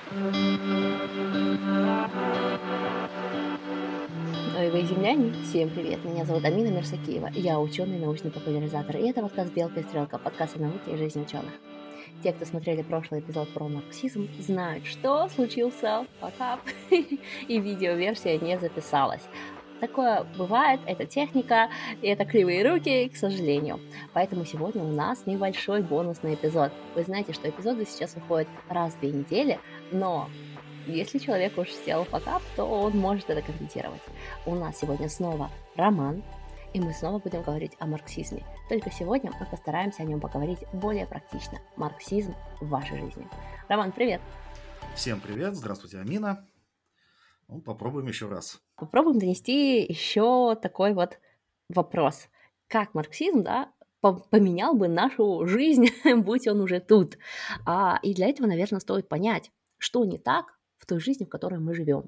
Ой, вы земляне, всем привет, меня зовут Амина Мерсакиева, я ученый, научный популяризатор, и это подкаст «Белка и стрелка», подкаст о науке и жизни ученых. Те, кто смотрели прошлый эпизод про марксизм, знают, что случился факап, и видеоверсия не записалась. Такое бывает, это техника, и это кривые руки, к сожалению. Поэтому сегодня у нас небольшой бонусный эпизод. Вы знаете, что эпизоды сейчас выходят раз в 2 недели, но если человек уж сделал факап, то он может это компенсировать. У нас сегодня снова роман, и мы снова будем говорить о марксизме. Только сегодня мы постараемся о нем поговорить более практично. Марксизм в вашей жизни. Роман, привет! Всем привет, здравствуйте, Амина. Ну, попробуем еще раз. Попробуем донести еще такой вот вопрос. Как марксизм, да, поменял бы нашу жизнь, будь он уже тут? И для этого, наверное, стоит понять, что не так в той жизни, в которой мы живем.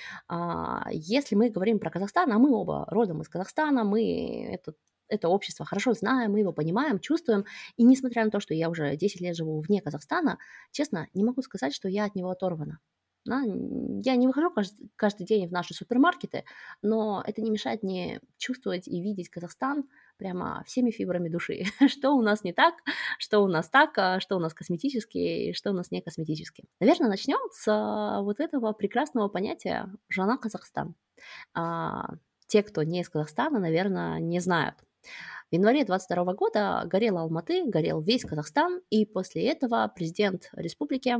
Если мы говорим про Казахстан, а мы оба родом из Казахстана, мы это общество хорошо знаем, мы его понимаем, чувствуем. И несмотря на то, что я уже 10 лет живу вне Казахстана, честно, не могу сказать, что я от него оторвана. Да, я не выхожу каждый день в наши супермаркеты, но это не мешает мне чувствовать и видеть Казахстан прямо всеми фибрами души. Что у нас не так, что у нас так, что у нас косметически, что у нас не косметически. Наверное, начнем с вот этого прекрасного понятия «жана Казахстан». А, Те, кто не из Казахстана, наверное, не знают. В январе 22 года горел Алматы, горел весь Казахстан, и после этого президент республики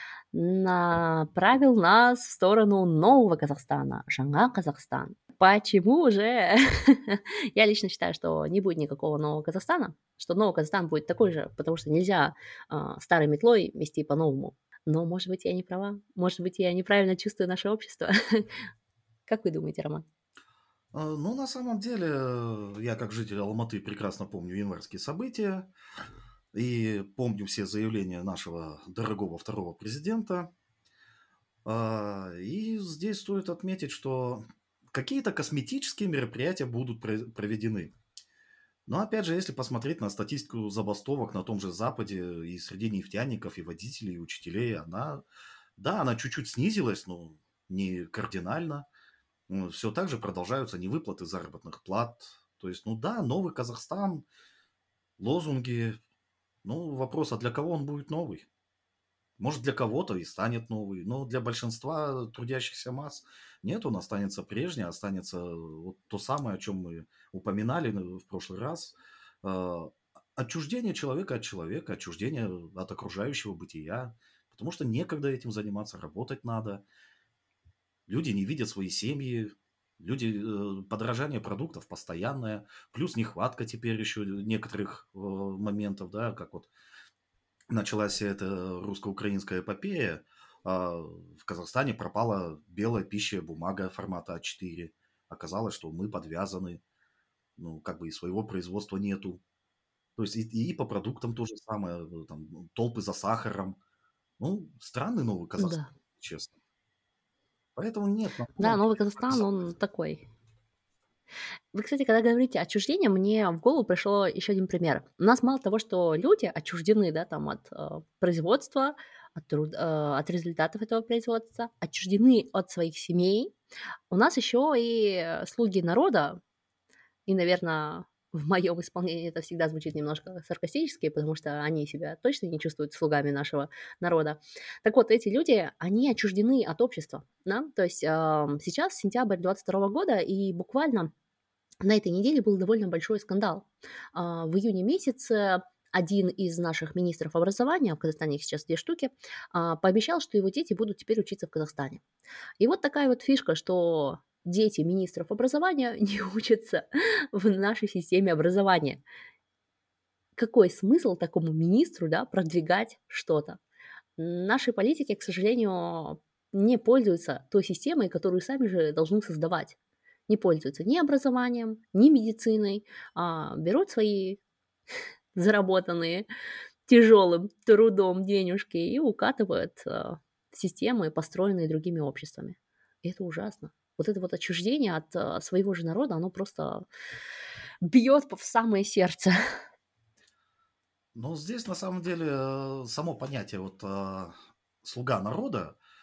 направил нас в сторону нового Казахстана, Жаңа Казахстан. Почему же? Я лично считаю, что не будет никакого нового Казахстана, что новый Казахстан будет такой же, потому что нельзя старой метлой мести по-новому. Но, может быть, я не права, может быть, я неправильно чувствую наше общество. Как вы думаете, Роман? Ну, на самом деле, я как житель Алматы прекрасно помню январские события и помню все заявления нашего дорогого второго президента. И здесь стоит отметить, что какие-то косметические мероприятия будут проведены. Но опять же, если посмотреть на статистику забастовок на том же Западе и среди нефтяников, и водителей, и учителей, она чуть-чуть снизилась, но не кардинально. Все так же продолжаются невыплаты заработных плат. То есть, ну да, новый Казахстан, лозунги. Ну, вопрос, а для кого он будет новый? Может, для кого-то и станет новый, но для большинства трудящихся масс нет, он останется прежний, останется вот то самое, о чем мы упоминали в прошлый раз. А, Отчуждение человека от человека, отчуждение от окружающего бытия, потому что некогда этим заниматься, работать надо. Люди не видят свои семьи, подорожание продуктов постоянное, плюс нехватка теперь еще некоторых моментов, да, как вот началась вся эта русско-украинская эпопея, в Казахстане пропала белая пища, бумага формата А4. Оказалось, что мы подвязаны, ну, как бы и своего производства нету. То есть и по продуктам то же самое, там, толпы за сахаром. Ну, странный новый Да. Казахстан, честно. Поэтому нет, на Да, самом новый деле, Казахстан, он безопасности. такой. Вы, кстати, когда говорите отчуждение, мне в голову пришел еще один пример. У нас мало того, что люди отчуждены, да, там от производства, от результатов этого производства, отчуждены от своих семей. У нас еще и слуги народа, и, наверное, в моем исполнении это всегда звучит немножко саркастически, потому что они себя точно не чувствуют слугами нашего народа. Так вот, эти люди, они отчуждены от общества, да, то есть сейчас сентябрь 22 года, и буквально на этой неделе был довольно большой скандал. В июне месяце один из наших министров образования, в Казахстане их сейчас 2 штуки, пообещал, что его дети будут теперь учиться в Казахстане. И вот такая вот фишка, что дети министров образования не учатся в нашей системе образования. Какой смысл такому министру, да, продвигать что-то? Наши политики, к сожалению, не пользуются той системой, которую сами же должны создавать. Не пользуются ни образованием, ни медициной, берут свои заработанные тяжелым трудом денежки и укатывают в системы, построенные другими обществами. И это ужасно. Вот это вот отчуждение от своего же народа, оно просто бьет в самое сердце. Но здесь на самом деле само понятие вот слуга народа,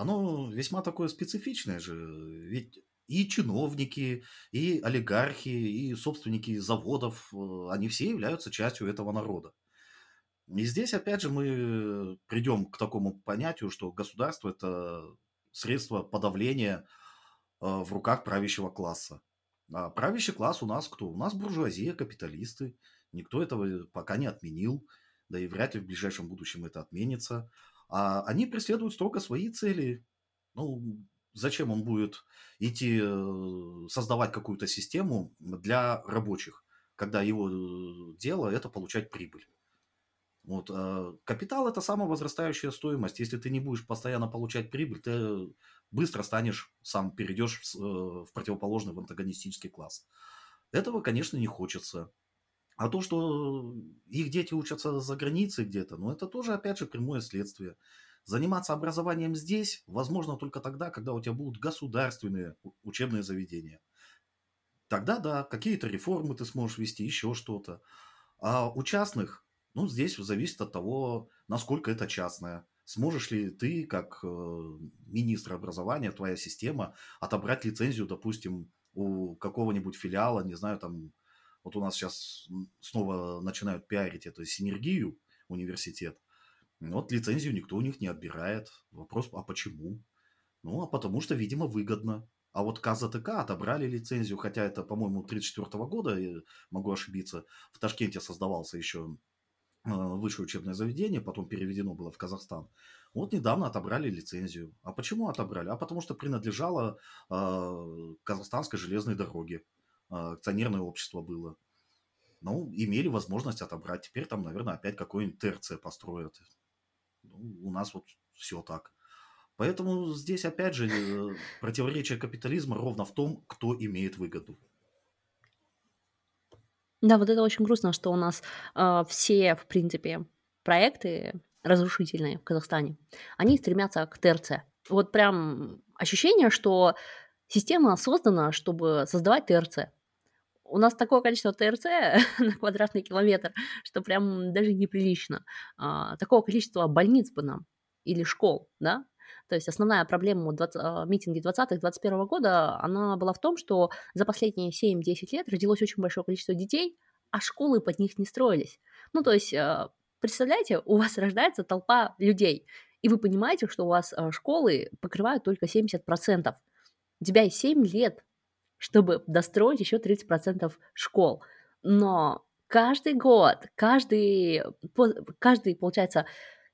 оно весьма такое специфичное же. Ведь и чиновники, и олигархи, и собственники заводов, они все являются частью этого народа. И здесь, опять же, мы придем к такому понятию, что государство – это средство подавления в руках правящего класса. А правящий класс у нас кто? У нас буржуазия, капиталисты. Никто этого пока не отменил, да и вряд ли в ближайшем будущем это отменится. А они преследуют строго свои цели. Ну, зачем он будет идти создавать какую-то систему для рабочих, когда его дело – это получать прибыль? Вот, капитал – это самовозрастающая стоимость. Если ты не будешь постоянно получать прибыль, ты быстро станешь, сам перейдешь в противоположный, в антагонистический класс. Этого, конечно, не хочется. А то, что их дети учатся за границей где-то, ну, это тоже, опять же, прямое следствие. Заниматься образованием здесь возможно только тогда, когда у тебя будут государственные учебные заведения. Тогда, да, какие-то реформы ты сможешь вести, еще что-то. А у частных, ну, здесь зависит от того, насколько это частное. Сможешь ли ты, как министр образования, твоя система, отобрать лицензию, допустим, у какого-нибудь филиала, не знаю, там, вот у нас сейчас снова начинают пиарить эту синергию, университет. Вот лицензию никто у них не отбирает. Вопрос, а почему? Ну, а потому что, видимо, выгодно. А вот КЗТК отобрали лицензию, хотя это, по-моему, 1934 года, могу ошибиться, в Ташкенте создавался еще высшее учебное заведение, потом переведено было в Казахстан. Вот недавно отобрали лицензию. А почему отобрали? А потому что принадлежало Казахстанской железной дороге. Акционерное общество было. Ну, имели возможность отобрать. Теперь там, наверное, опять какой-нибудь ТРЦ построят. Ну, у нас вот все так. Поэтому здесь, опять же, противоречие капитализма ровно в том, кто имеет выгоду. Да, вот это очень грустно, что у нас, все, в принципе, проекты разрушительные в Казахстане, они стремятся к ТРЦ. Вот прям ощущение, что система создана, чтобы создавать ТРЦ. У нас такое количество ТРЦ на квадратный километр, что прям даже неприлично. Такого количества больниц бы нам или школ, да. То есть основная проблема митинги 20-21 года, она была в том, что за последние 7-10 лет родилось очень большое количество детей, а школы под них не строились. Ну, то есть, представляете, у вас рождается толпа людей, и вы понимаете, что у вас, школы покрывают только 70%. У тебя есть 7 лет, чтобы достроить еще 30% школ. Но каждый год, каждый, получается,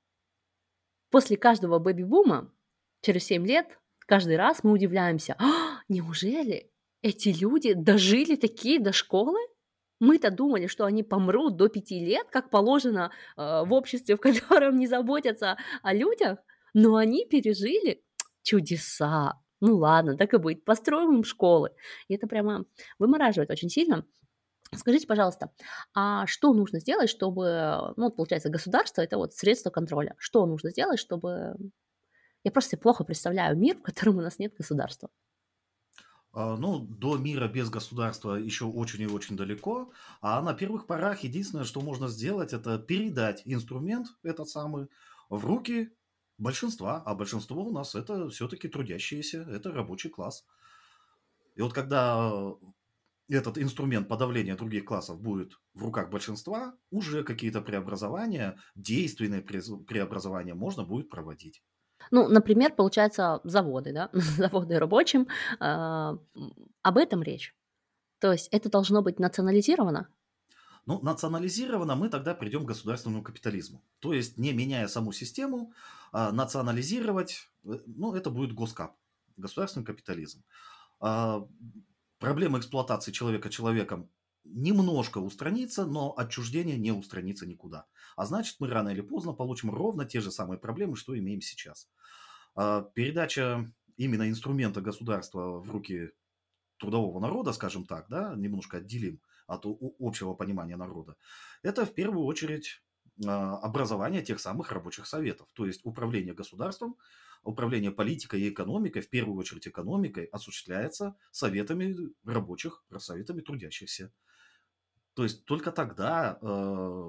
после каждого бэби-бума, через 7 лет, каждый раз мы удивляемся: неужели эти люди дожили такие до школы? Мы-то думали, что они помрут до 5 лет, как положено, в обществе, в котором не заботятся о людях, но они пережили. Чудеса! Ну ладно, так и быть, построим им школы. И это прямо вымораживает очень сильно. Скажите, пожалуйста, а что нужно сделать, чтобы, ну, вот получается, государство – это вот средство контроля. Что нужно сделать, чтобы… Я просто себе плохо представляю мир, в котором у нас нет государства. Ну, до мира без государства еще очень и очень далеко. А на первых порах единственное, что можно сделать, это передать инструмент этот самый в руки большинства. А большинство у нас это все-таки трудящиеся, это рабочий класс. И вот когда этот инструмент подавления других классов будет в руках большинства, уже какие-то преобразования, действенные преобразования можно будет проводить. Ну, например, получается, заводы, да, заводы рабочим, об этом речь. То есть это должно быть национализировано? Ну, национализировано мы тогда придем к государственному капитализму. То есть, не меняя саму систему, национализировать, ну, это будет госкап, государственный капитализм. А, Проблема эксплуатации человека человеком немножко устранится, но отчуждение не устранится никуда. А значит, мы рано или поздно получим ровно те же самые проблемы, что имеем сейчас. Передача именно инструмента государства в руки трудового народа, скажем так, да, немножко отделим от общего понимания народа, это в первую очередь образование тех самых рабочих советов, то есть управление государством, управление политикой и экономикой, в первую очередь экономикой, осуществляется советами рабочих, советами трудящихся. То есть только тогда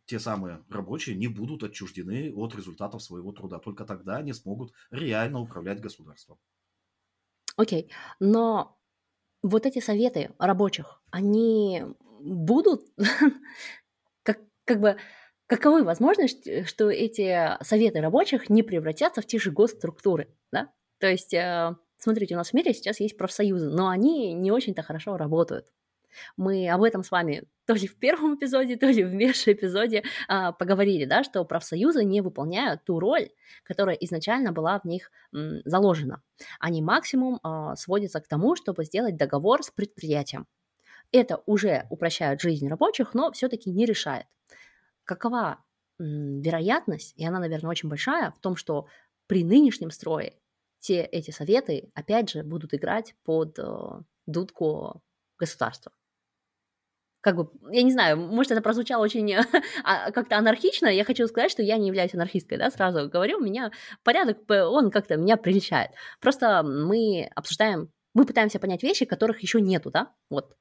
те самые рабочие не будут отчуждены от результатов своего труда. Только тогда они смогут реально управлять государством. Окей, но вот эти советы рабочих, они будут как бы каковы возможности, что эти советы рабочих не превратятся в те же госструктуры, да? То есть, смотрите, у нас в мире сейчас есть профсоюзы, но они не очень-то хорошо работают. Мы об этом с вами то ли в первом эпизоде, то ли в межэпизоде поговорили, да, что профсоюзы не выполняют ту роль, которая изначально была в них заложена. Они максимум сводятся к тому, чтобы сделать договор с предприятием. Это уже упрощает жизнь рабочих, но все-таки не решает. Какова вероятность, и она, наверное, очень большая, в том, что при нынешнем строе эти советы, опять же, будут играть под дудку государства? Как бы, я не знаю, может, это прозвучало очень как-то анархично. Я хочу сказать, что я не являюсь анархисткой, да, сразу говорю. У меня порядок, он как-то меня прельщает. Просто мы обсуждаем, мы пытаемся понять вещи, которых еще нету, да, вот.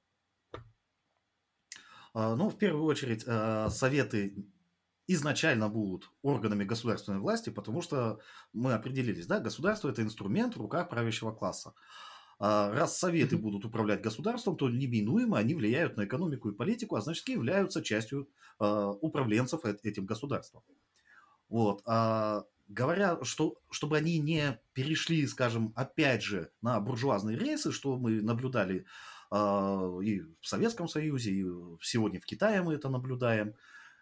Ну, в первую очередь, советы изначально будут органами государственной власти, потому что мы определились, да, государство – это инструмент в руках правящего класса. Раз советы Мгм. будут управлять государством, то неминуемо они влияют на экономику и политику, а значит, и являются частью управленцев этим государством. Вот. Говоря, что, чтобы они не перешли, скажем, опять же, на буржуазные рейсы, что мы наблюдали и в Советском Союзе, и сегодня в Китае мы это наблюдаем,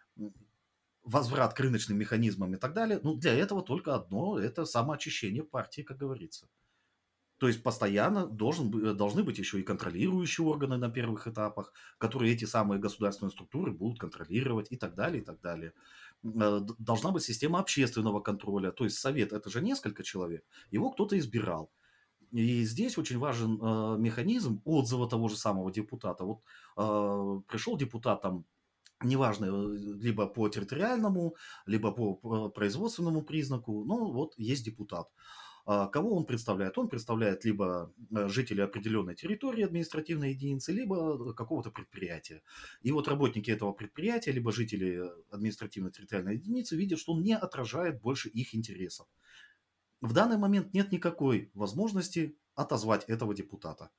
возврат к рыночным механизмам и так далее, ну, для этого только одно – это самоочищение партии, как говорится. То есть постоянно должны быть еще и контролирующие органы на первых этапах, которые эти самые государственные структуры будут контролировать и так далее, и так далее. Должна быть система общественного контроля. То есть совет – это же несколько человек, его кто-то избирал. И здесь очень важен механизм отзыва того же самого депутата. Вот пришел депутат там, неважно, либо по территориальному, либо по производственному признаку, ну вот есть депутат. Кого он представляет? Он представляет либо жителей определенной территории административной единицы, либо какого-то предприятия. И вот работники этого предприятия, либо жители административно-территориальной единицы видят, что он не отражает больше их интересов. В данный момент нет никакой возможности отозвать этого депутата.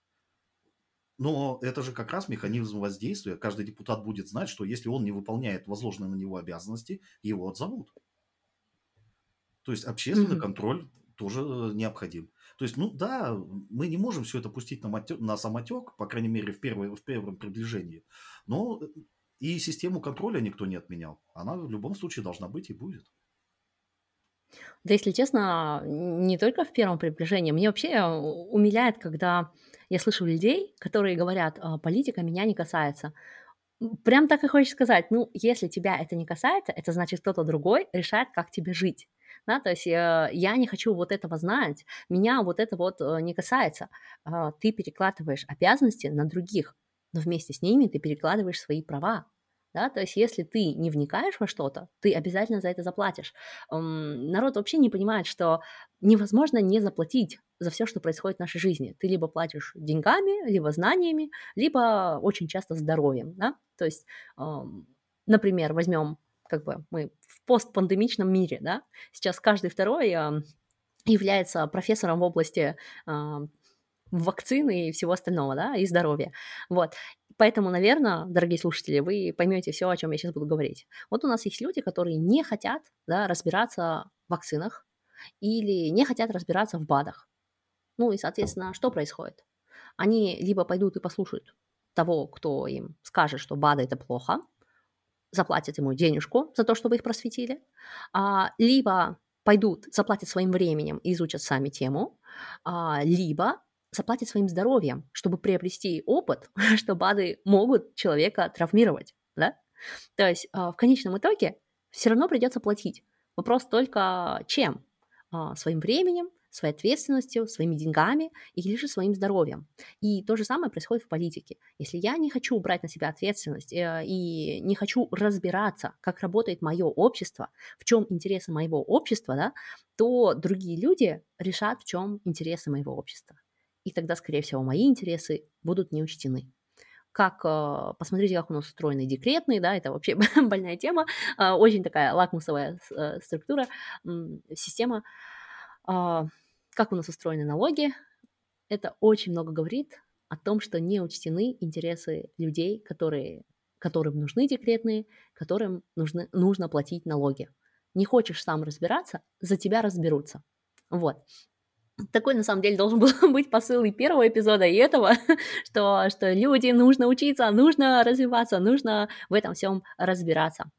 Но это же как раз механизм воздействия. Каждый депутат будет знать, что если он не выполняет возложенные на него обязанности, его отзовут. То есть общественный Мгм. контроль тоже необходим. То есть, ну да, мы не можем все это пустить на самотек, по крайней мере, в первом приближении. Но и систему контроля никто не отменял. Она в любом случае должна быть и будет. Да, если честно, не только в первом приближении. Мне вообще умиляет, когда я слышу людей, которые говорят: политика меня не касается. Прям так и хочется сказать: ну, если тебя это не касается, это значит, кто-то другой решает, как тебе жить. Да, то есть я не хочу вот этого знать, меня вот это вот не касается. Ты перекладываешь обязанности на других, но вместе с ними ты перекладываешь свои права. Да, то есть если ты не вникаешь во что-то, ты обязательно за это заплатишь. Народ вообще не понимает, что невозможно не заплатить за все, что происходит в нашей жизни. Ты либо платишь деньгами, либо знаниями, либо очень часто здоровьем, да. То есть, например, возьмем, как бы мы в постпандемичном мире, да, сейчас каждый второй является профессором в области вакцины и всего остального, да, и здоровья. Вот. Поэтому, наверное, дорогие слушатели, вы поймете все, о чем я сейчас буду говорить. Вот у нас есть люди, которые не хотят, да, разбираться в вакцинах или не хотят разбираться в БАДах. Ну и, соответственно, что происходит? Они либо пойдут и послушают того, кто им скажет, что БАДы – это плохо, заплатят ему денежку за то, чтобы их просветили, либо пойдут, заплатят своим временем и изучат сами тему, либо заплатят своим здоровьем, чтобы приобрести опыт, что БАДы могут человека травмировать, да? То есть в конечном итоге все равно придется платить. Вопрос только чем? Своим временем, своей ответственностью, своими деньгами или же своим здоровьем. И то же самое происходит в политике. Если я не хочу брать на себя ответственность и не хочу разбираться, как работает мое общество, в чем интересы моего общества, да, то другие люди решат, в чем интересы моего общества. И тогда, скорее всего, мои интересы будут не учтены. посмотрите, как у нас устроены декретные, да, это вообще больная тема, очень такая лакмусовая структура, система. А, Как у нас устроены налоги, это очень много говорит о том, что не учтены интересы людей, которым нужны декретные, которым нужно платить налоги. Не хочешь сам разбираться, за тебя разберутся. Вот. Такой, на самом деле, должен был быть посыл и первого эпизода, и этого, что люди нужно учиться, нужно развиваться, нужно в этом всем разбираться.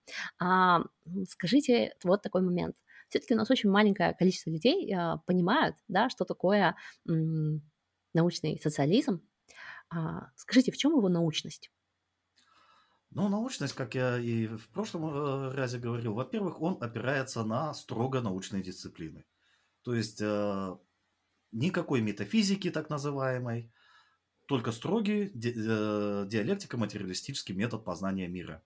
Скажите вот такой момент. Все-таки у нас очень маленькое количество людей понимают, да, что такое научный социализм. Скажите, в чем его научность? Ну, научность, как я и в прошлом разе говорил, во-первых, он опирается на строго научные дисциплины. То есть никакой метафизики так называемой, только строгий диалектико-материалистический метод познания мира.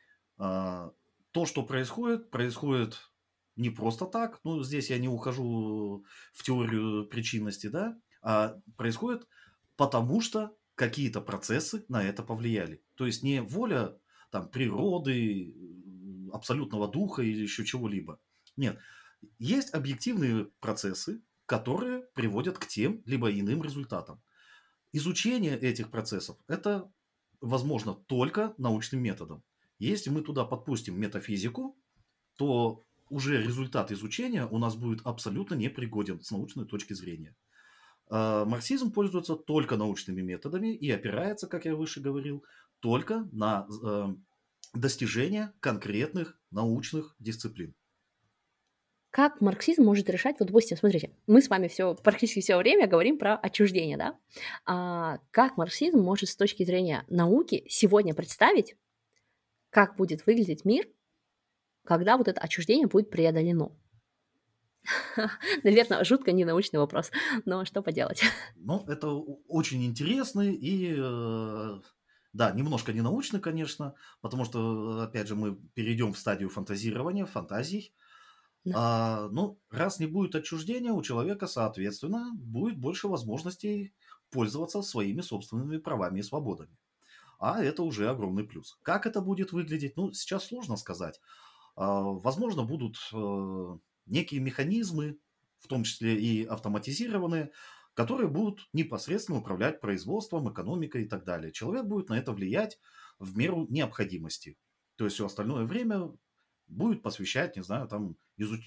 То, что происходит не просто так. Ну, здесь я не ухожу в теорию причинности, да, а происходит потому, что какие-то процессы на это повлияли. То есть не воля там, природы, абсолютного духа или еще чего-либо. Нет. Есть объективные процессы, которые приводят к тем либо иным результатам. Изучение этих процессов – это возможно только научным методом. Если мы туда подпустим метафизику, то уже результат изучения у нас будет абсолютно непригоден с научной точки зрения. Марксизм пользуется только научными методами и опирается, как я выше говорил, только на достижение конкретных научных дисциплин. Как марксизм может решать, вот, допустим, смотрите, мы с вами практически все время говорим про отчуждение, да? Как марксизм может с точки зрения науки сегодня представить, как будет выглядеть мир, когда вот это отчуждение будет преодолено? Наверное, жутко ненаучный вопрос, но что поделать? Ну, это очень интересный и, да, немножко ненаучный, конечно, потому что, опять же, мы перейдем в стадию фантазирования, фантазий. Да. Ну, раз не будет отчуждения, у человека, соответственно, будет больше возможностей пользоваться своими собственными правами и свободами. А это уже огромный плюс. Как это будет выглядеть? Ну, сейчас сложно сказать. Возможно, будут некие механизмы, в том числе и автоматизированные, которые будут непосредственно управлять производством, экономикой и так далее. Человек будет на это влиять в меру необходимости. То есть все остальное время будет посвящать, не знаю, там,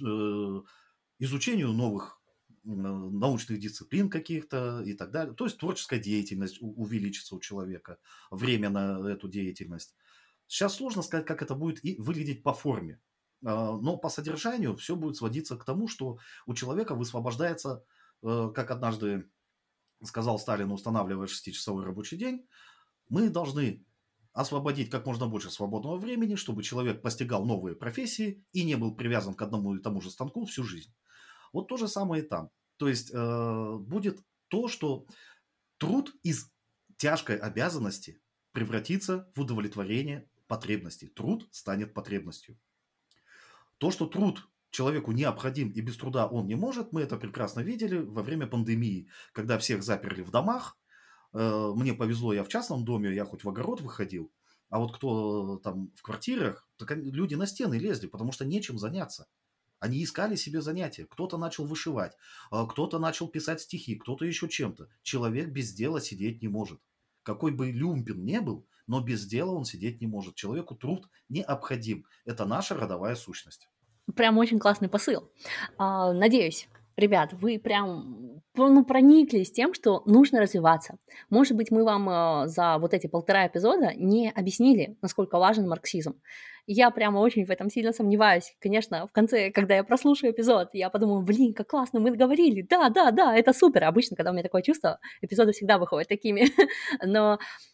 изучению новых научных дисциплин каких-то и так далее. То есть творческая деятельность увеличится у человека, время на эту деятельность. Сейчас сложно сказать, как это будет и выглядеть по форме. Но по содержанию все будет сводиться к тому, что у человека высвобождается, как однажды сказал Сталин, устанавливая 6-часовой рабочий день, мы должны освободить как можно больше свободного времени, чтобы человек постигал новые профессии и не был привязан к одному и тому же станку всю жизнь. Вот то же самое и там. То есть будет то, что труд из тяжкой обязанности превратится в удовлетворение потребностей. Труд станет потребностью. То, что труд человеку необходим и без труда он не может, мы это прекрасно видели во время пандемии, когда всех заперли в домах. Мне повезло, я в частном доме, я хоть в огород выходил, а вот кто там в квартирах, так люди на стены лезли, потому что нечем заняться. Они искали себе занятия. Кто-то начал вышивать, кто-то начал писать стихи, кто-то еще чем-то. Человек без дела сидеть не может. Какой бы люмпен не был, но без дела он сидеть не может. Человеку труд необходим. Это наша родовая сущность. Прям очень классный посыл. Надеюсь, ребят, вы прям прониклись тем, что нужно развиваться. Может быть, мы вам за вот эти 1,5 эпизода не объяснили, насколько важен марксизм. Я прямо очень в этом сильно сомневаюсь. Конечно, в конце, когда я прослушаю эпизод, я подумаю, блин, как классно, мы договорили. Да, да, да, это супер. Обычно, когда у меня такое чувство, эпизоды всегда выходят такими. Но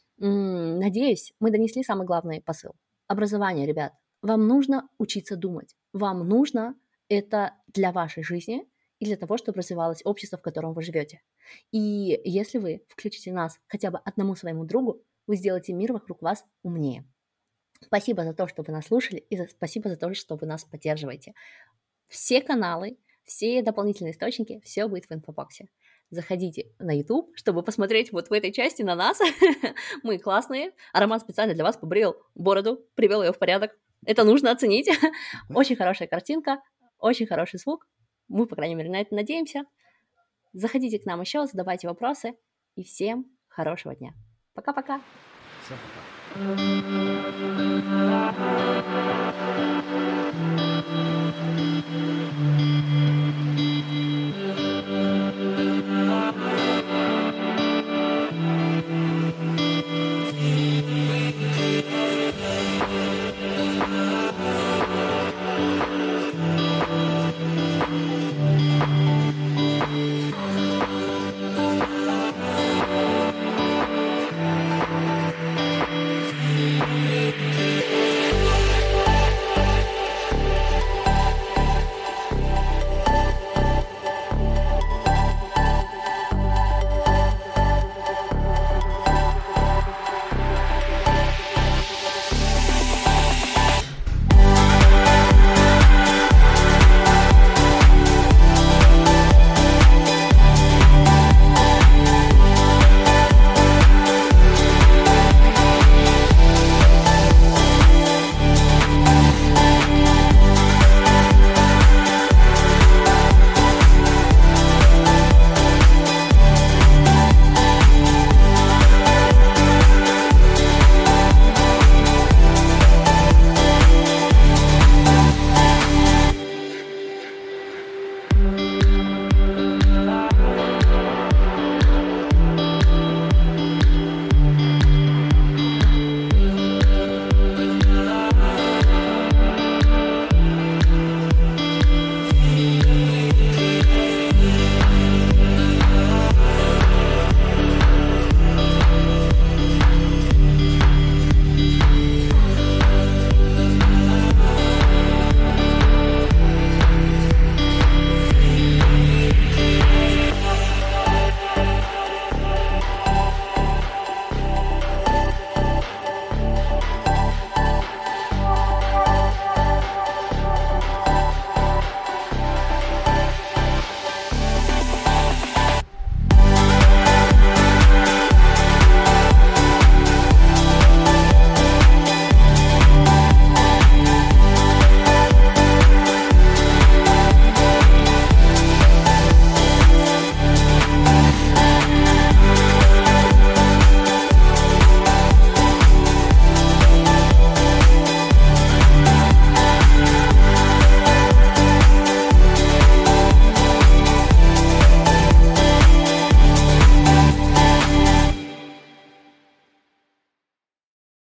надеюсь, мы донесли самый главный посыл. Образование, ребят. Вам нужно учиться думать. Вам нужно это для вашей жизни и для того, чтобы развивалось общество, в котором вы живете. И если вы включите нас хотя бы одному своему другу, вы сделаете мир вокруг вас умнее. Спасибо за то, что вы нас слушали, и спасибо за то, что вы нас поддерживаете. Все каналы, все дополнительные источники, все будет в инфобоксе. Заходите на YouTube, чтобы посмотреть вот в этой части на нас. Мы классные. А Роман специально для вас побрил бороду, привел ее в порядок. Это нужно оценить. Очень хорошая картинка, очень хороший звук. Мы, по крайней мере, на это надеемся. Заходите к нам еще, задавайте вопросы. И всем хорошего дня. Пока-пока. Всем пока.